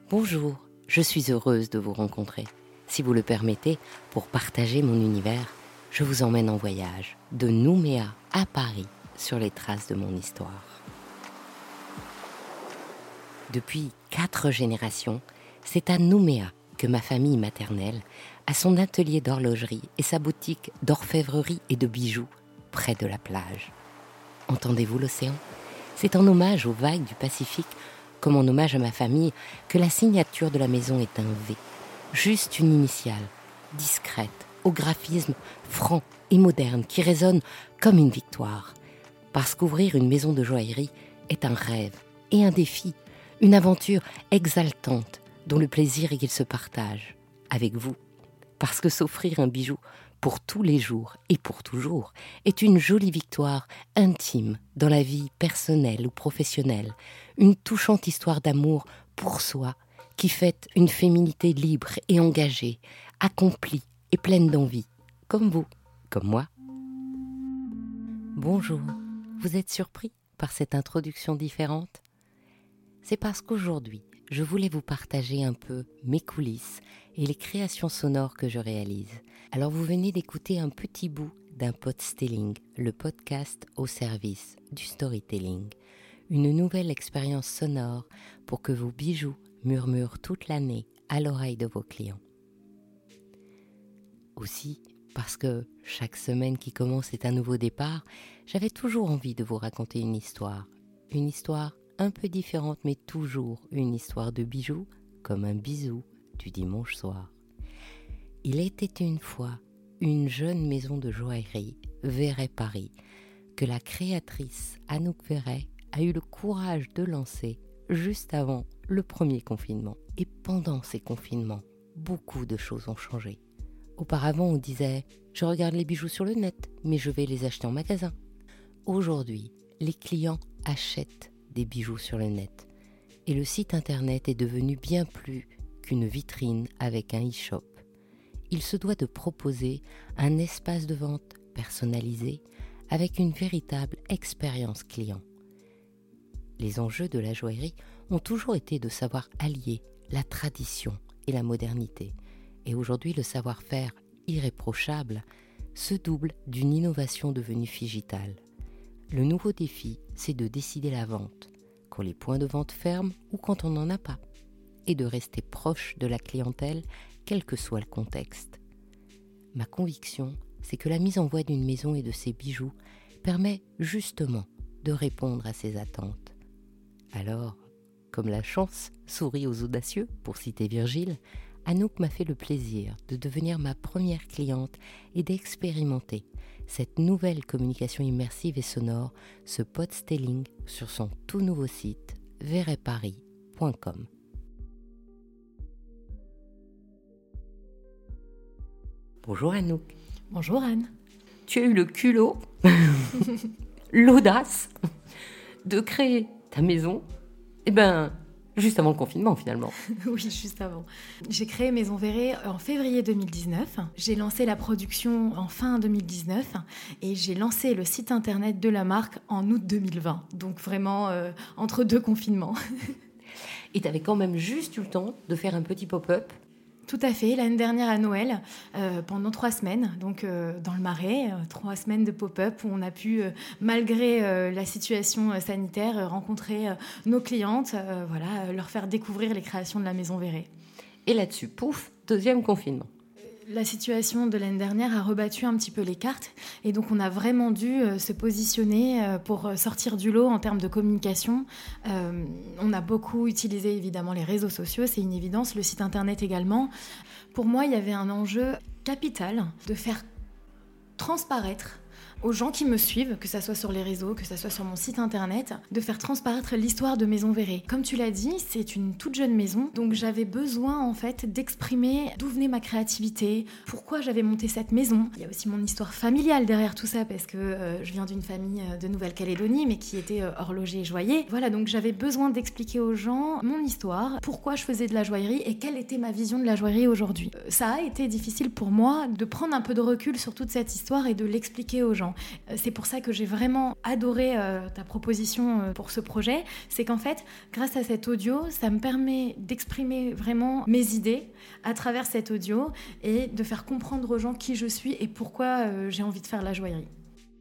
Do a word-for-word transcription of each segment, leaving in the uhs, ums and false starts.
Bonjour, je suis heureuse de vous rencontrer. Si vous le permettez, pour partager mon univers, je vous emmène en voyage de Nouméa à Paris sur les traces de mon histoire. Depuis quatre générations, c'est à Nouméa que ma famille maternelle a son atelier d'horlogerie et sa boutique d'orfèvrerie et de bijoux près de la plage. Entendez-vous l'océan ? C'est en hommage aux vagues du Pacifique, comme en hommage à ma famille, que la signature de la maison est un V. Juste une initiale, discrète, au graphisme franc et moderne, qui résonne comme une victoire. Parce qu'ouvrir une maison de joaillerie est un rêve et un défi, une aventure exaltante dont le plaisir est qu'il se partage avec vous. Parce que s'offrir un bijou pour tous les jours et pour toujours est une jolie victoire intime dans la vie personnelle ou professionnelle, une touchante histoire d'amour pour soi qui fête une féminité libre et engagée, accomplie et pleine d'envie, comme vous, comme moi. Bonjour, vous êtes surpris par cette introduction différente ? C'est parce qu'aujourd'hui, je voulais vous partager un peu mes coulisses et les créations sonores que je réalise. Alors vous venez d'écouter un petit bout d'un Podstelling, le podcast au service du storytelling. Une nouvelle expérience sonore pour que vos bijoux murmurent toute l'année à l'oreille de vos clients. Aussi, parce que chaque semaine qui commence est un nouveau départ, j'avais toujours envie de vous raconter une histoire. Une histoire un peu différente, mais toujours une histoire de bijoux, comme un bisou du dimanche soir. Il était une fois une jeune maison de joaillerie, Verret Paris, que la créatrice Anouk Verret a eu le courage de lancer juste avant le premier confinement. Et pendant ces confinements, beaucoup de choses ont changé. Auparavant, on disait « je regarde les bijoux sur le net, mais je vais les acheter en magasin ». Aujourd'hui, les clients achètent des bijoux sur le net. Et le site internet est devenu bien plus qu'une vitrine avec un e-shop. Il se doit de proposer un espace de vente personnalisé avec une véritable expérience client. Les enjeux de la joaillerie ont toujours été de savoir allier la tradition et la modernité. Et aujourd'hui, le savoir-faire irréprochable se double d'une innovation devenue digitale. Le nouveau défi, c'est de décider la vente, quand les points de vente ferment ou quand on n'en a pas, et de rester proche de la clientèle, quel que soit le contexte. Ma conviction, c'est que la mise en voie d'une maison et de ses bijoux permet justement de répondre à ces attentes. Alors, comme la chance sourit aux audacieux, pour citer Virgile, Anouk m'a fait le plaisir de devenir ma première cliente et d'expérimenter cette nouvelle communication immersive et sonore, ce Podstelling, sur son tout nouveau site verret paris point com. Bonjour Anouk. Bonjour Anne. Tu as eu le culot, l'audace de créer ta maison, eh ben, juste avant le confinement finalement. Oui, juste avant. J'ai créé Maison Verret en février deux mille dix-neuf. J'ai lancé la production en fin deux mille dix-neuf et j'ai lancé le site internet de la marque en août deux mille vingt. Donc vraiment euh, entre deux confinements. Et tu avais quand même juste eu le temps de faire un petit pop-up. Tout à fait, l'année dernière à Noël, euh, pendant trois semaines, donc euh, dans le Marais, euh, trois semaines de pop-up où on a pu, euh, malgré euh, la situation euh, sanitaire, euh, rencontrer euh, nos clientes, euh, voilà, euh, leur faire découvrir les créations de la Maison Verret. Et là-dessus, pouf, deuxième confinement. La situation de l'année dernière a rebattu un petit peu les cartes et donc on a vraiment dû euh, se positionner euh, pour sortir du lot en termes de communication. Euh, on a beaucoup utilisé évidemment les réseaux sociaux, c'est une évidence, le site internet également. Pour moi, il y avait un enjeu capital de faire transparaître aux gens qui me suivent, que ça soit sur les réseaux, que ça soit sur mon site internet, de faire transparaître l'histoire de Maison Verret. Comme tu l'as dit, c'est une toute jeune maison, donc j'avais besoin en fait d'exprimer d'où venait ma créativité, pourquoi j'avais monté cette maison. Il y a aussi mon histoire familiale derrière tout ça, parce que euh, je viens d'une famille de Nouvelle-Calédonie, mais qui était euh, horloger et joaillier. Voilà, donc j'avais besoin d'expliquer aux gens mon histoire, pourquoi je faisais de la joaillerie et quelle était ma vision de la joaillerie aujourd'hui. Euh, ça a été difficile pour moi de prendre un peu de recul sur toute cette histoire et de l'expliquer aux gens. clients. C'est pour ça que j'ai vraiment adoré euh, ta proposition euh, pour ce projet. C'est qu'en fait, grâce à cet audio, ça me permet d'exprimer vraiment mes idées à travers cet audio et de faire comprendre aux gens qui je suis et pourquoi euh, j'ai envie de faire la joaillerie.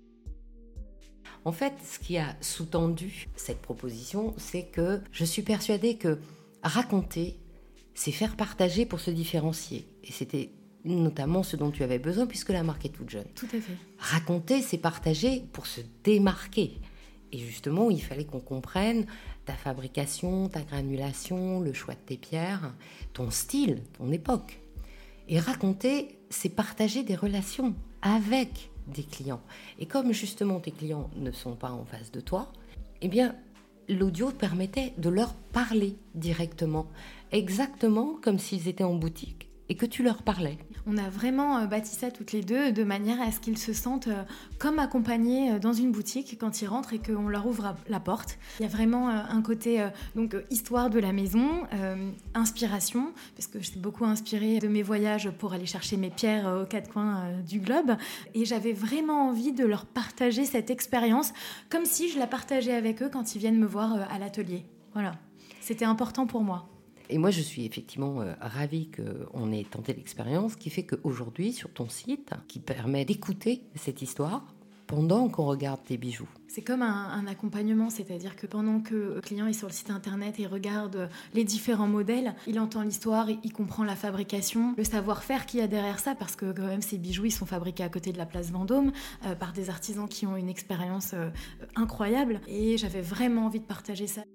En fait, ce qui a sous-tendu cette proposition, c'est que je suis persuadée que raconter, c'est faire partager pour se différencier. Et c'était notamment ce dont tu avais besoin puisque la marque est toute jeune. Tout à fait. Raconter, c'est partager pour se démarquer. Et justement, il fallait qu'on comprenne ta fabrication, ta granulation, le choix de tes pierres, ton style, ton époque. Et raconter, c'est partager des relations avec des clients. Et comme justement tes clients ne sont pas en face de toi, eh bien, l'audio permettait de leur parler directement, exactement comme s'ils étaient en boutique et que tu leur parlais. On a vraiment bâti ça toutes les deux de manière à ce qu'ils se sentent comme accompagnés dans une boutique quand ils rentrent et qu'on leur ouvre la porte. Il y a vraiment un côté donc histoire de la maison, euh, inspiration, parce que j'étais beaucoup inspirée de mes voyages pour aller chercher mes pierres aux quatre coins du globe. Et j'avais vraiment envie de leur partager cette expérience comme si je la partageais avec eux quand ils viennent me voir à l'atelier. Voilà, c'était important pour moi. Et moi, je suis effectivement euh, ravie qu'on ait tenté l'expérience, qui fait qu'aujourd'hui, sur ton site, qui permet d'écouter cette histoire pendant qu'on regarde tes bijoux. C'est comme un, un accompagnement, c'est-à-dire que pendant que le client est sur le site internet et regarde les différents modèles, il entend l'histoire, il comprend la fabrication, le savoir-faire qu'il y a derrière ça, parce que quand même ces bijoux, ils sont fabriqués à côté de la place Vendôme euh, par des artisans qui ont une expérience euh, incroyable. Et j'avais vraiment envie de partager ça.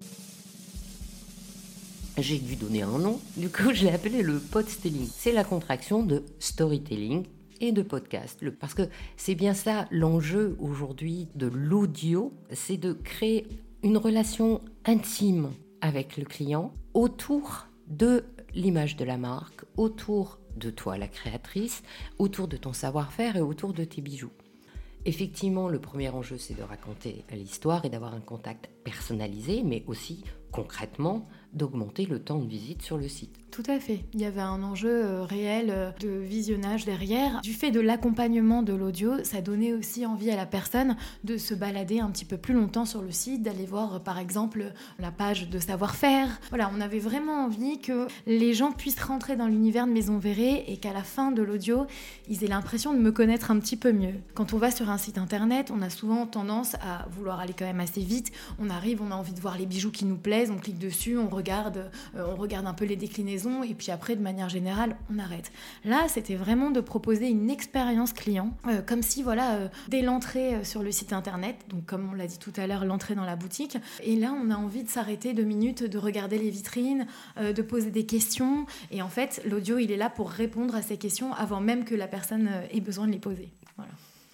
J'ai dû donner un nom, du coup je l'ai appelé le podstelling. C'est la contraction de storytelling et de podcast. Parce que c'est bien ça l'enjeu aujourd'hui de l'audio, c'est de créer une relation intime avec le client autour de l'image de la marque, autour de toi la créatrice, autour de ton savoir-faire et autour de tes bijoux. Effectivement, le premier enjeu, c'est de raconter l'histoire et d'avoir un contact personnalisé, mais aussi, concrètement, d'augmenter le temps de visite sur le site. Tout à fait. Il y avait un enjeu euh, réel euh, de visionnage derrière. Du fait de l'accompagnement de l'audio, ça donnait aussi envie à la personne de se balader un petit peu plus longtemps sur le site, d'aller voir, euh, par exemple, la page de savoir-faire. Voilà, on avait vraiment envie que les gens puissent rentrer dans l'univers de Maison Verrée et qu'à la fin de l'audio, ils aient l'impression de me connaître un petit peu mieux. Quand on va sur un site internet, on a souvent tendance à vouloir aller quand même assez vite. On arrive, on a envie de voir les bijoux qui nous plaisent, on clique dessus, on regarde, euh, on regarde un peu les déclinaisons et puis après, de manière générale, on arrête. Là, c'était vraiment de proposer une expérience client, euh, comme si, voilà, euh, dès l'entrée euh, sur le site internet, donc comme on l'a dit tout à l'heure, l'entrée dans la boutique, et là, on a envie de s'arrêter deux minutes, de regarder les vitrines, euh, de poser des questions, et en fait, l'audio, il est là pour répondre à ces questions avant même que la personne euh, ait besoin de les poser. Voilà.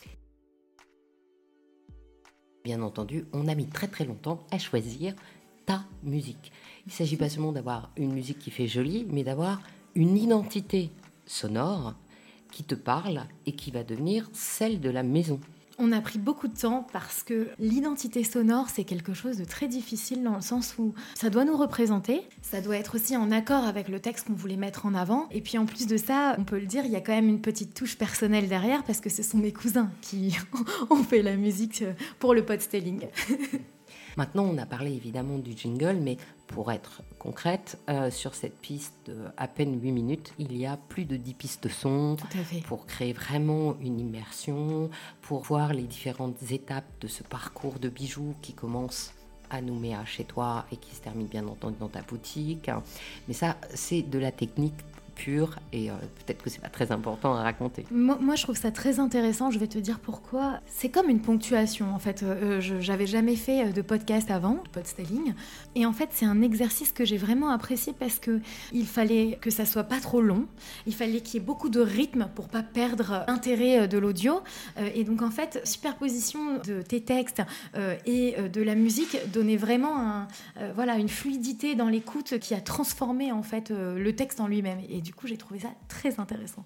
Bien entendu, on a mis très très longtemps à choisir ta musique. Il ne s'agit pas seulement d'avoir une musique qui fait joli, mais d'avoir une identité sonore qui te parle et qui va devenir celle de la maison. On a pris beaucoup de temps parce que l'identité sonore, c'est quelque chose de très difficile dans le sens où ça doit nous représenter, ça doit être aussi en accord avec le texte qu'on voulait mettre en avant. Et puis en plus de ça, on peut le dire, il y a quand même une petite touche personnelle derrière parce que ce sont mes cousins qui ont fait la musique pour le podstelling. Maintenant, on a parlé évidemment du jingle, mais pour être concrète, euh, sur cette piste de à peine huit minutes, il y a plus de dix pistes de son pour créer vraiment une immersion, pour voir les différentes étapes de ce parcours de bijoux qui commence à Nouméa chez toi et qui se termine bien entendu dans ta boutique. Mais ça, c'est de la technique pure et euh, peut-être que c'est pas très important à raconter. Moi, moi, je trouve ça très intéressant. Je vais te dire pourquoi. C'est comme une ponctuation. En fait, euh, je, j'avais jamais fait de podcast avant, de podstelling, et en fait, c'est un exercice que j'ai vraiment apprécié parce que il fallait que ça soit pas trop long. Il fallait qu'il y ait beaucoup de rythme pour pas perdre l'intérêt de l'audio. Euh, et donc, en fait, superposition de tes textes euh, et de la musique donnait vraiment un, euh, voilà, une fluidité dans l'écoute qui a transformé en fait euh, le texte en lui-même. Et du coup, j'ai trouvé ça très intéressant.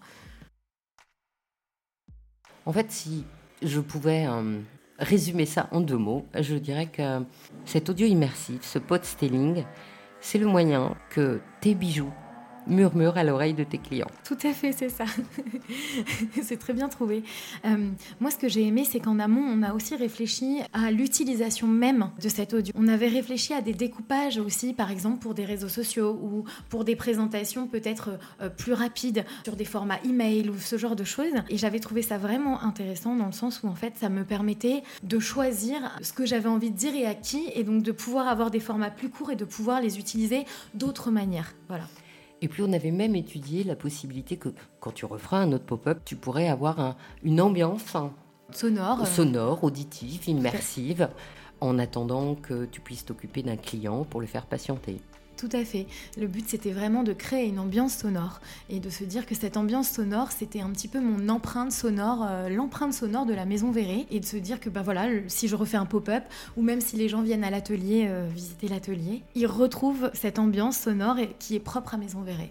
En fait, si je pouvais euh, résumer ça en deux mots, je dirais que cet audio immersif, ce podstelling, c'est le moyen que tes bijoux murmure à l'oreille de tes clients. Tout à fait, c'est ça. C'est très bien trouvé. Euh, moi, ce que j'ai aimé, c'est qu'en amont, on a aussi réfléchi à l'utilisation même de cet audio. On avait réfléchi à des découpages aussi, par exemple, pour des réseaux sociaux ou pour des présentations peut-être euh, plus rapides sur des formats email ou ce genre de choses. Et j'avais trouvé ça vraiment intéressant dans le sens où, en fait, ça me permettait de choisir ce que j'avais envie de dire et à qui, et donc de pouvoir avoir des formats plus courts et de pouvoir les utiliser d'autres manières. Voilà. Et puis on avait même étudié la possibilité que quand tu referas un autre pop-up, tu pourrais avoir un, une ambiance hein, sonore, sonore, auditive, immersive, en attendant que tu puisses t'occuper d'un client pour le faire patienter. Tout à fait. Le but, c'était vraiment de créer une ambiance sonore et de se dire que cette ambiance sonore, c'était un petit peu mon empreinte sonore, euh, l'empreinte sonore de la Maison Verret, et de se dire que bah voilà, si je refais un pop-up ou même si les gens viennent à l'atelier euh, visiter l'atelier, ils retrouvent cette ambiance sonore et, qui est propre à Maison Verret.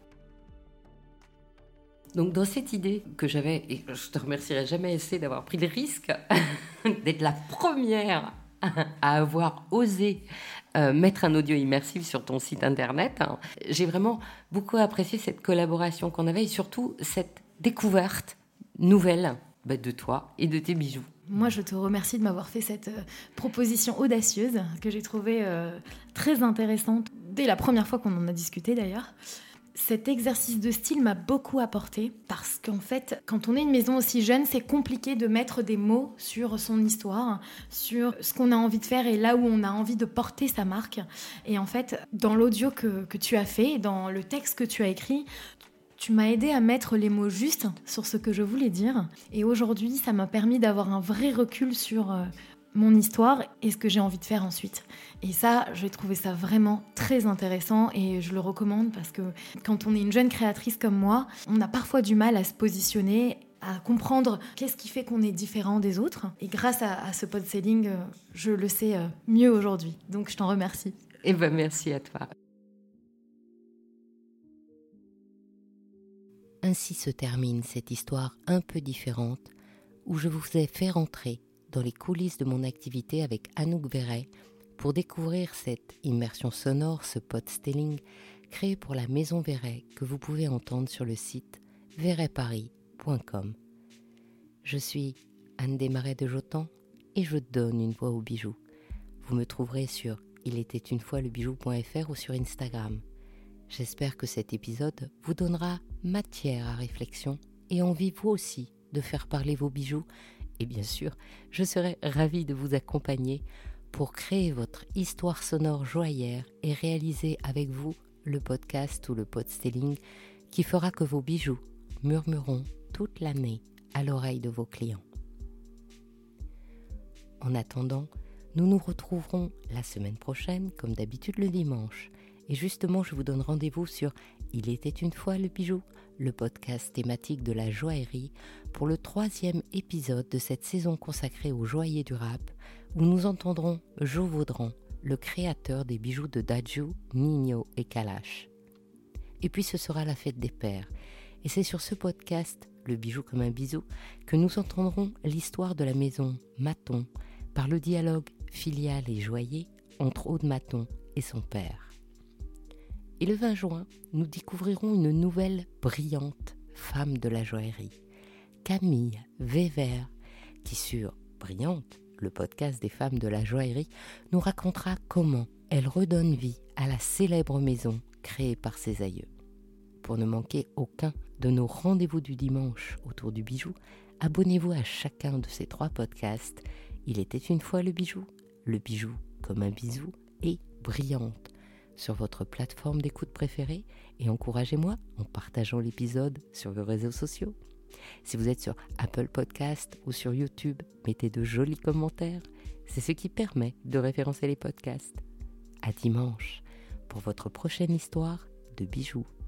Donc dans cette idée que j'avais, et je te remercierai jamais assez d'avoir pris le risque d'être la première à avoir osé euh, mettre un audio immersif sur ton site internet, hein, j'ai vraiment beaucoup apprécié cette collaboration qu'on avait et surtout cette découverte nouvelle bah, de toi et de tes bijoux. Moi, je te remercie de m'avoir fait cette euh, proposition audacieuse que j'ai trouvée euh, très intéressante dès la première fois qu'on en a discuté d'ailleurs. Cet exercice de style m'a beaucoup apporté parce qu'en fait, quand on est une maison aussi jeune, c'est compliqué de mettre des mots sur son histoire, sur ce qu'on a envie de faire et là où on a envie de porter sa marque. Et en fait, dans l'audio que, que tu as fait, dans le texte que tu as écrit, tu m'as aidé à mettre les mots justes sur ce que je voulais dire. Et aujourd'hui, ça m'a permis d'avoir un vrai recul sur euh, mon histoire et ce que j'ai envie de faire ensuite. Et ça, j'ai trouvé ça vraiment très intéressant et je le recommande parce que quand on est une jeune créatrice comme moi, on a parfois du mal à se positionner, à comprendre qu'est-ce qui fait qu'on est différent des autres. Et grâce à, à ce pod-selling, je le sais mieux aujourd'hui. Donc je t'en remercie. Eh ben merci à toi. Ainsi se termine cette histoire un peu différente où je vous ai fait rentrer dans les coulisses de mon activité avec Anouk Verret pour découvrir cette immersion sonore, ce pod-selling créé pour la Maison Verret que vous pouvez entendre sur le site verret paris point com. Je suis Anne Desmarais de Jotan et je donne une voix aux bijoux. Vous me trouverez sur il était une fois le bijou point f r ou sur Instagram. J'espère que cet épisode vous donnera matière à réflexion et envie vous aussi de faire parler vos bijoux. Et bien sûr, je serai ravie de vous accompagner pour créer votre histoire sonore joaillère et réaliser avec vous le podcast ou le pod-selling qui fera que vos bijoux murmureront toute l'année à l'oreille de vos clients. En attendant, nous nous retrouverons la semaine prochaine, comme d'habitude le dimanche. Et justement, je vous donne rendez-vous sur Il était une fois le bijou, le podcast thématique de la joaillerie, pour le troisième épisode de cette saison consacrée aux joailliers du rap, où nous entendrons Joe Vaudran, le créateur des bijoux de Dadju, Nino et Kalash. Et puis ce sera la fête des pères. Et c'est sur ce podcast, Le bijou comme un bisou, que nous entendrons l'histoire de la maison Maton, par le dialogue filial et joaillier entre Aude Maton et son père. Et le vingt juin, nous découvrirons une nouvelle brillante femme de la joaillerie, Camille Wever, qui sur Brillante, le podcast des femmes de la joaillerie, nous racontera comment elle redonne vie à la célèbre maison créée par ses aïeux. Pour ne manquer aucun de nos rendez-vous du dimanche autour du bijou, abonnez-vous à chacun de ces trois podcasts. Il était une fois le bijou, le bijou comme un bisou et Brillante sur votre plateforme d'écoute préférée et encouragez-moi en partageant l'épisode sur vos réseaux sociaux. Si vous êtes sur Apple Podcast ou sur YouTube, mettez de jolis commentaires. C'est ce qui permet de référencer les podcasts. À dimanche pour votre prochaine histoire de bijoux.